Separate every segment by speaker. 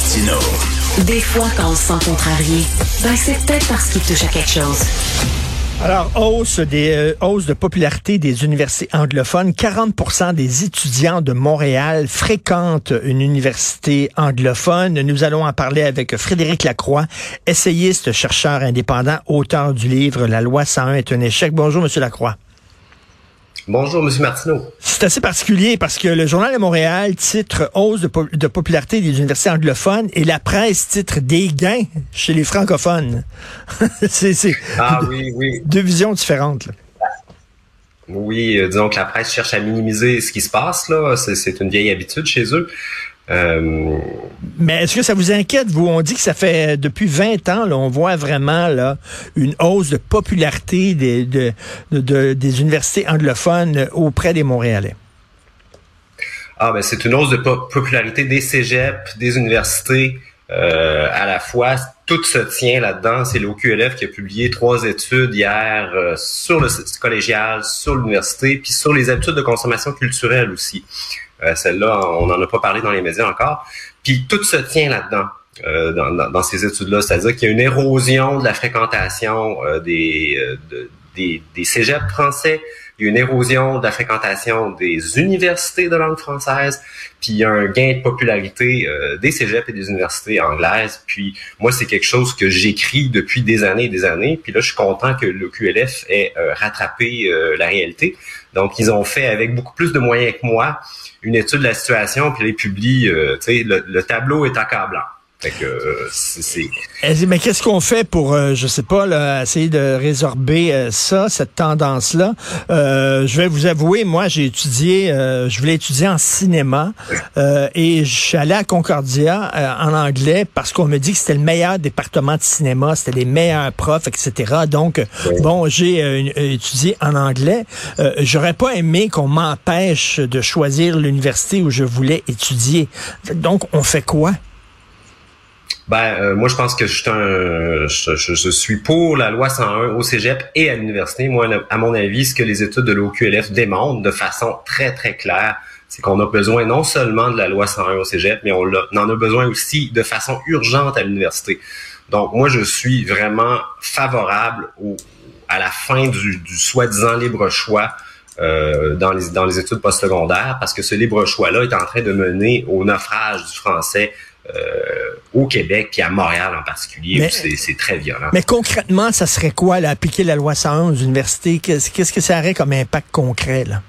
Speaker 1: Martineau.
Speaker 2: Des fois, quand on se sent contrarié, c'est peut-être parce qu'il touche à quelque chose.
Speaker 3: Alors, hausse de popularité des universités anglophones. 40% des étudiants de Montréal fréquentent une université anglophone. Nous allons en parler avec Frédéric Lacroix, essayiste, chercheur indépendant, auteur du livre « La loi 101 est un échec ». Bonjour, Monsieur Lacroix.
Speaker 4: Bonjour, M. Martineau.
Speaker 3: C'est assez particulier parce que le Journal de Montréal titre « Hausse de popularité des universités anglophones » et la presse titre « Des gains chez les francophones ». C'est
Speaker 4: oui.
Speaker 3: Deux visions différentes, là.
Speaker 4: Oui, disons que la presse cherche à minimiser ce qui se passe, là. C'est une vieille habitude chez eux.
Speaker 3: Mais est-ce que ça vous inquiète, vous? On dit que ça fait depuis 20 ans, là, on voit vraiment là une hausse de popularité des universités anglophones auprès des Montréalais.
Speaker 4: C'est une hausse de popularité des cégeps, des universités à la fois. Tout se tient là-dedans. C'est l'OQLF qui a publié 3 études hier sur le collégial, sur l'université, puis sur les habitudes de consommation culturelle aussi. Celle-là, on n'en a pas parlé dans les médias encore. Puis tout se tient là-dedans, dans ces études-là. C'est-à-dire qu'il y a une érosion de la fréquentation des cégeps français. Il y a une érosion de la fréquentation des universités de langue française. Puis il y a un gain de popularité des cégeps et des universités anglaises. Puis moi, c'est quelque chose que j'écris depuis des années et des années. Puis là, je suis content que le QLF ait rattrapé la réalité. Donc, ils ont fait avec beaucoup plus de moyens que moi une étude de la situation, puis là, ils publient, le tableau est accablant. Fait que
Speaker 3: Mais qu'est-ce qu'on fait pour, je sais pas, là, essayer de résorber cette tendance-là? Je vais vous avouer, moi, je voulais étudier en cinéma et je suis allé à Concordia en anglais parce qu'on me dit que c'était le meilleur département de cinéma, c'était les meilleurs profs, etc. Donc, j'ai étudié en anglais. J'aurais pas aimé qu'on m'empêche de choisir l'université où je voulais étudier. Donc, on fait quoi?
Speaker 4: Moi, je pense que je suis pour la loi 101 au cégep et à l'université. Moi, à mon avis, ce que les études de l'OQLF démontrent de façon très, très claire, c'est qu'on a besoin non seulement de la loi 101 au cégep, mais on en a besoin aussi de façon urgente à l'université. Donc, moi, je suis vraiment favorable à la fin du soi-disant libre choix dans les études postsecondaires, parce que ce libre choix-là est en train de mener au naufrage du français au Québec et à Montréal en particulier, où c'est très violent.
Speaker 3: Mais concrètement, ça serait quoi, là, appliquer la loi 101 aux universités? Qu'est-ce que ça aurait comme impact concret, là?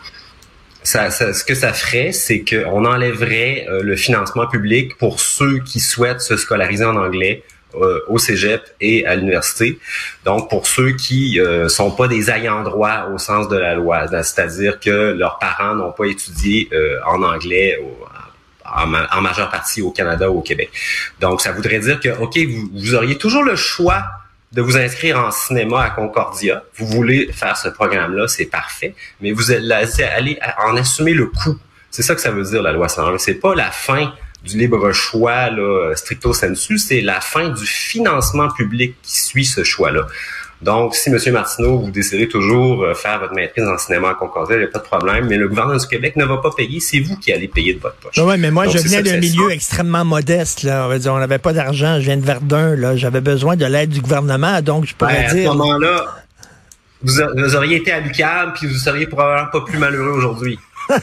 Speaker 4: Ce que ça ferait, c'est qu'on enlèverait le financement public pour ceux qui souhaitent se scolariser en anglais au cégep et à l'université. Donc, pour ceux qui sont pas des ayants droit au sens de la loi, c'est-à-dire que leurs parents n'ont pas étudié en anglais en majeure partie au Canada ou au Québec. Donc, ça voudrait dire que, OK, vous auriez toujours le choix de vous inscrire en cinéma à Concordia. Vous voulez faire ce programme-là, c'est parfait, mais vous allez en assumer le coût. C'est ça que ça veut dire, la loi 101. C'est pas la fin du libre choix, là, stricto sensu, c'est la fin du financement public qui suit ce choix-là. Donc, si M. Martineau, vous désirez toujours faire votre maîtrise en cinéma à Concordia, il n'y a pas de problème, mais le gouvernement du Québec ne va pas payer, c'est vous qui allez payer de votre poche.
Speaker 3: Oui, mais moi,
Speaker 4: donc,
Speaker 3: je venais d'un milieu extrêmement modeste, là. On n'avait pas d'argent, je viens de Verdun, là. J'avais besoin de l'aide du gouvernement, donc je pourrais dire...
Speaker 4: À ce moment-là, vous auriez été à l'UQAM, puis vous seriez probablement pas plus malheureux aujourd'hui.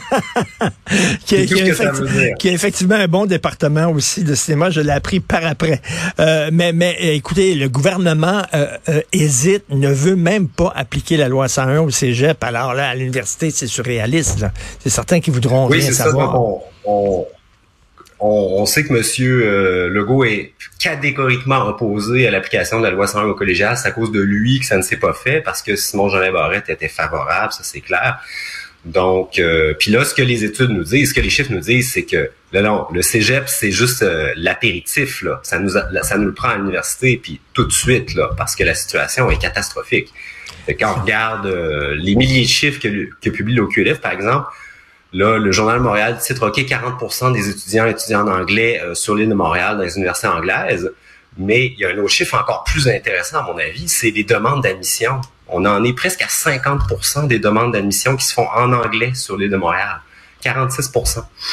Speaker 3: qui a effectivement un bon département aussi de cinéma, je l'ai appris par après. Mais écoutez, le gouvernement hésite, ne veut même pas appliquer la loi 101 au cégep. Alors là, à l'université, c'est surréaliste, là. C'est certains qui voudront rien savoir.
Speaker 4: On sait que M. Legault est catégoriquement opposé à l'application de la loi 101 au collégial. C'est à cause de lui que ça ne s'est pas fait, parce que Simon-Jolin Barrette était favorable, ça c'est clair. Donc, puis là, ce que les études nous disent, ce que les chiffres nous disent, c'est que le cégep, c'est juste l'apéritif, là. Ça nous le prend à l'université, puis tout de suite, là, parce que la situation est catastrophique. Fait quand on regarde les milliers de chiffres que publie l'OQLF, par exemple, là, le Journal de Montréal titre, OK, 40% des étudiants en anglais sur l'île de Montréal dans les universités anglaises. Mais il y a un autre chiffre encore plus intéressant, à mon avis, c'est les demandes d'admission. On en est presque à 50% des demandes d'admission qui se font en anglais sur l'île de Montréal. 46%. Puis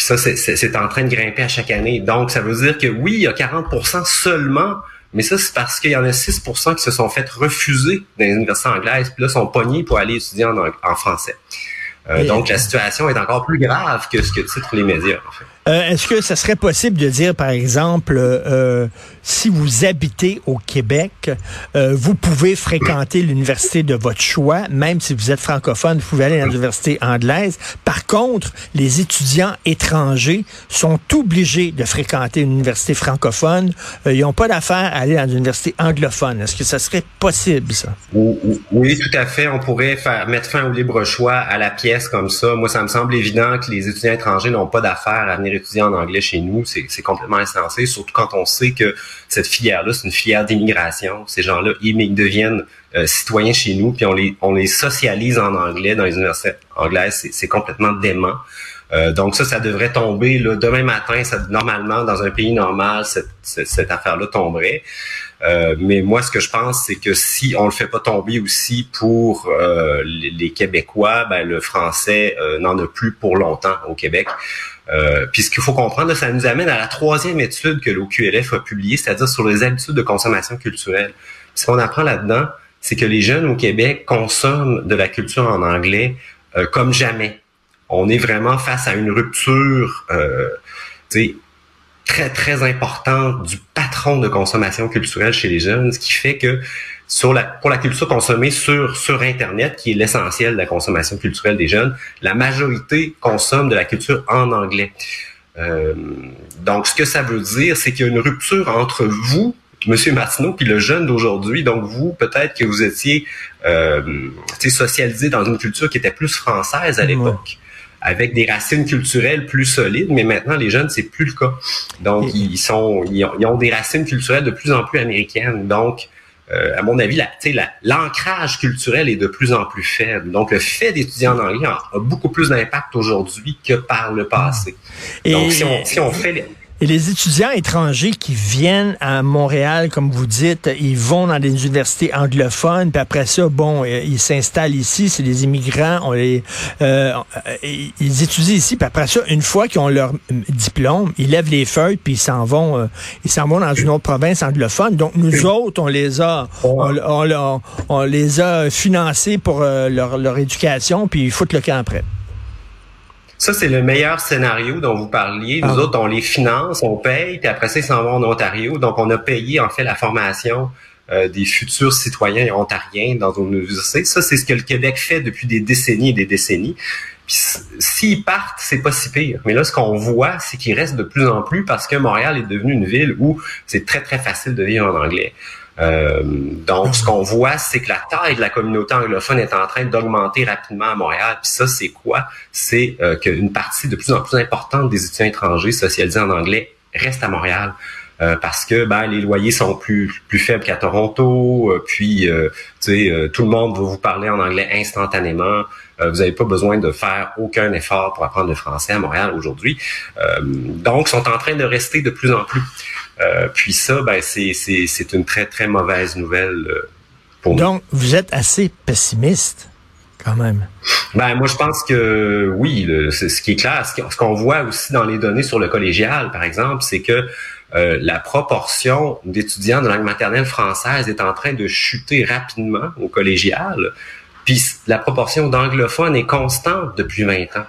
Speaker 4: ça, c'est en train de grimper à chaque année. Donc, ça veut dire que oui, il y a 40% seulement, mais ça, c'est parce qu'il y en a 6% qui se sont fait refuser dans les universités anglaises, puis là, sont pognés pour aller étudier en français. Donc, la situation est encore plus grave que ce que titrent les médias, en fait.
Speaker 3: Est-ce que ça serait possible de dire, par exemple, si vous habitez au Québec, vous pouvez fréquenter l'université de votre choix, même si vous êtes francophone, vous pouvez aller dans l'université anglaise. Par contre, les étudiants étrangers sont obligés de fréquenter une université francophone. Ils n'ont pas d'affaire à aller dans une université anglophone. Est-ce que ça serait possible, ça?
Speaker 4: Oui, tout à fait. On pourrait mettre fin au libre choix à la pièce comme ça. Moi, ça me semble évident que les étudiants étrangers n'ont pas d'affaire à venir étudier en anglais chez nous. C'est complètement insensé, surtout quand on sait que cette filière-là, c'est une filière d'immigration. Ces gens-là, ils deviennent citoyens chez nous, puis on les socialise en anglais dans les universités anglaises. C'est complètement dément. Donc ça devrait tomber là, demain matin. Normalement, dans un pays normal, cette affaire-là tomberait. Mais moi, ce que je pense, c'est que si on le fait pas tomber aussi pour les Québécois, ben le français n'en a plus pour longtemps au Québec. Puis ce qu'il faut comprendre, là, ça nous amène à la 3e étude que l'OQLF a publiée, c'est-à-dire sur les habitudes de consommation culturelle. Puis ce qu'on apprend là-dedans, c'est que les jeunes au Québec consomment de la culture en anglais comme jamais. On est vraiment face à une rupture très, très importante du patron de consommation culturelle chez les jeunes, ce qui fait que pour la culture consommée sur Internet, qui est l'essentiel de la consommation culturelle des jeunes, la majorité consomme de la culture en anglais. Donc, ce que ça veut dire, c'est qu'il y a une rupture entre vous, Monsieur Martineau, puis le jeune d'aujourd'hui. Donc, vous, peut-être que vous étiez socialisé dans une culture qui était plus française à l'époque, avec des racines culturelles plus solides, mais maintenant, les jeunes, c'est plus le cas. Donc, ils ont des racines culturelles de plus en plus américaines. Donc, à mon avis, l'ancrage culturel est de plus en plus faible. Donc, le fait d'étudier en anglais a beaucoup plus d'impact aujourd'hui que par le passé. Donc, si on fait...
Speaker 3: Et les étudiants étrangers qui viennent à Montréal, comme vous dites, ils vont dans des universités anglophones, puis après ça, bon, ils s'installent ici, c'est des immigrants, ils étudient ici, puis après ça, une fois qu'ils ont leur diplôme, ils lèvent les feuilles, puis ils s'en vont dans une autre province anglophone. Donc, nous autres, on les a financés pour leur éducation, puis ils foutent le camp après.
Speaker 4: Ça, c'est le meilleur scénario dont vous parliez. Nous autres, on les finance, on paye, puis après ça, ils s'en vont en Ontario. Donc, on a payé, en fait, la formation des futurs citoyens ontariens dans nos universités. Ça, c'est ce que le Québec fait depuis des décennies et des décennies. Puis, s'ils partent, c'est pas si pire. Mais là, ce qu'on voit, c'est qu'ils restent de plus en plus parce que Montréal est devenue une ville où c'est très, très facile de vivre en anglais. Donc, ce qu'on voit, c'est que la taille de la communauté anglophone est en train d'augmenter rapidement à Montréal. Puis ça, c'est quoi? C'est qu'une partie de plus en plus importante des étudiants étrangers socialisés en anglais reste à Montréal. Parce que les loyers sont plus faibles qu'à Toronto, puis tout le monde va vous parler en anglais instantanément. Vous n'avez pas besoin de faire aucun effort pour apprendre le français à Montréal aujourd'hui. Donc, ils sont en train de rester de plus en plus. Puis ça, c'est une très, très mauvaise nouvelle pour nous.
Speaker 3: Donc, vous êtes assez pessimiste, quand même.
Speaker 4: Moi, je pense que oui, c'est ce qui est clair. Ce qu'on voit aussi dans les données sur le collégial, par exemple, c'est que la proportion d'étudiants de langue maternelle française est en train de chuter rapidement au collégial. Puis la proportion d'anglophones est constante depuis 20 ans.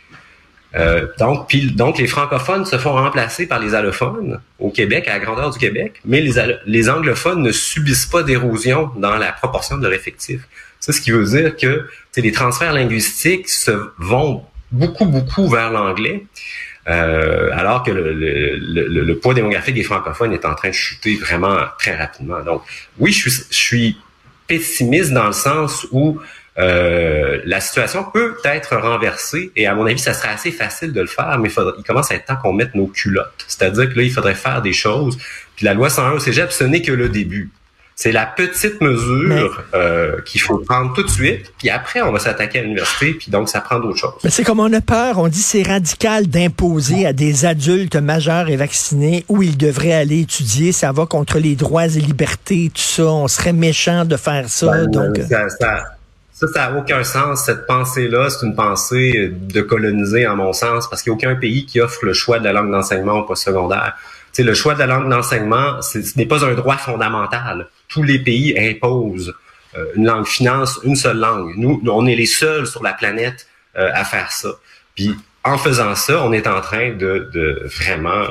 Speaker 4: Donc, les francophones se font remplacer par les allophones au Québec, à la grandeur du Québec, mais les anglophones ne subissent pas d'érosion dans la proportion de leur effectif. C'est ce qui veut dire que les transferts linguistiques vont beaucoup, beaucoup vers l'anglais, alors que le poids démographique des francophones est en train de chuter vraiment très rapidement. Donc, oui, je suis pessimiste dans le sens où la situation peut être renversée et à mon avis, ça serait assez facile de le faire, mais il commence à être temps qu'on mette nos culottes. C'est-à-dire que là, il faudrait faire des choses. Puis la loi 101 au cégep, ce n'est que le début. C'est la petite mesure qu'il faut prendre tout de suite, puis après, on va s'attaquer à l'université, puis donc ça prend d'autres choses.
Speaker 3: Mais c'est comme on a peur, on dit c'est radical d'imposer à des adultes majeurs et vaccinés où ils devraient aller étudier, ça va contre les droits et libertés, tout ça, on serait méchant de faire ça.
Speaker 4: Ça n'a aucun sens. Cette pensée-là, c'est une pensée de coloniser, en mon sens, parce qu'il n'y a aucun pays qui offre le choix de la langue d'enseignement au postsecondaire. Tu sais, le choix de la langue d'enseignement, ce n'est pas un droit fondamental. Tous les pays imposent une langue finance, une seule langue. Nous, on est les seuls sur la planète à faire ça. Puis, en faisant ça, on est en train de vraiment...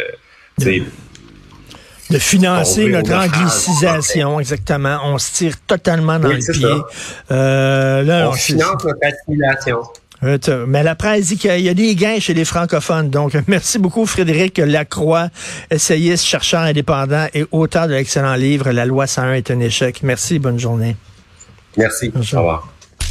Speaker 3: de financer notre anglicisation, exactement. On se tire totalement dans le pied.
Speaker 4: Là, on finance notre assimilation.
Speaker 3: Mais la presse dit qu'il y a des gains chez les francophones. Donc, merci beaucoup, Frédéric Lacroix, essayiste, chercheur indépendant et auteur de l'excellent livre « La loi 101 est un échec ». Merci, bonne journée.
Speaker 4: Merci. Au revoir.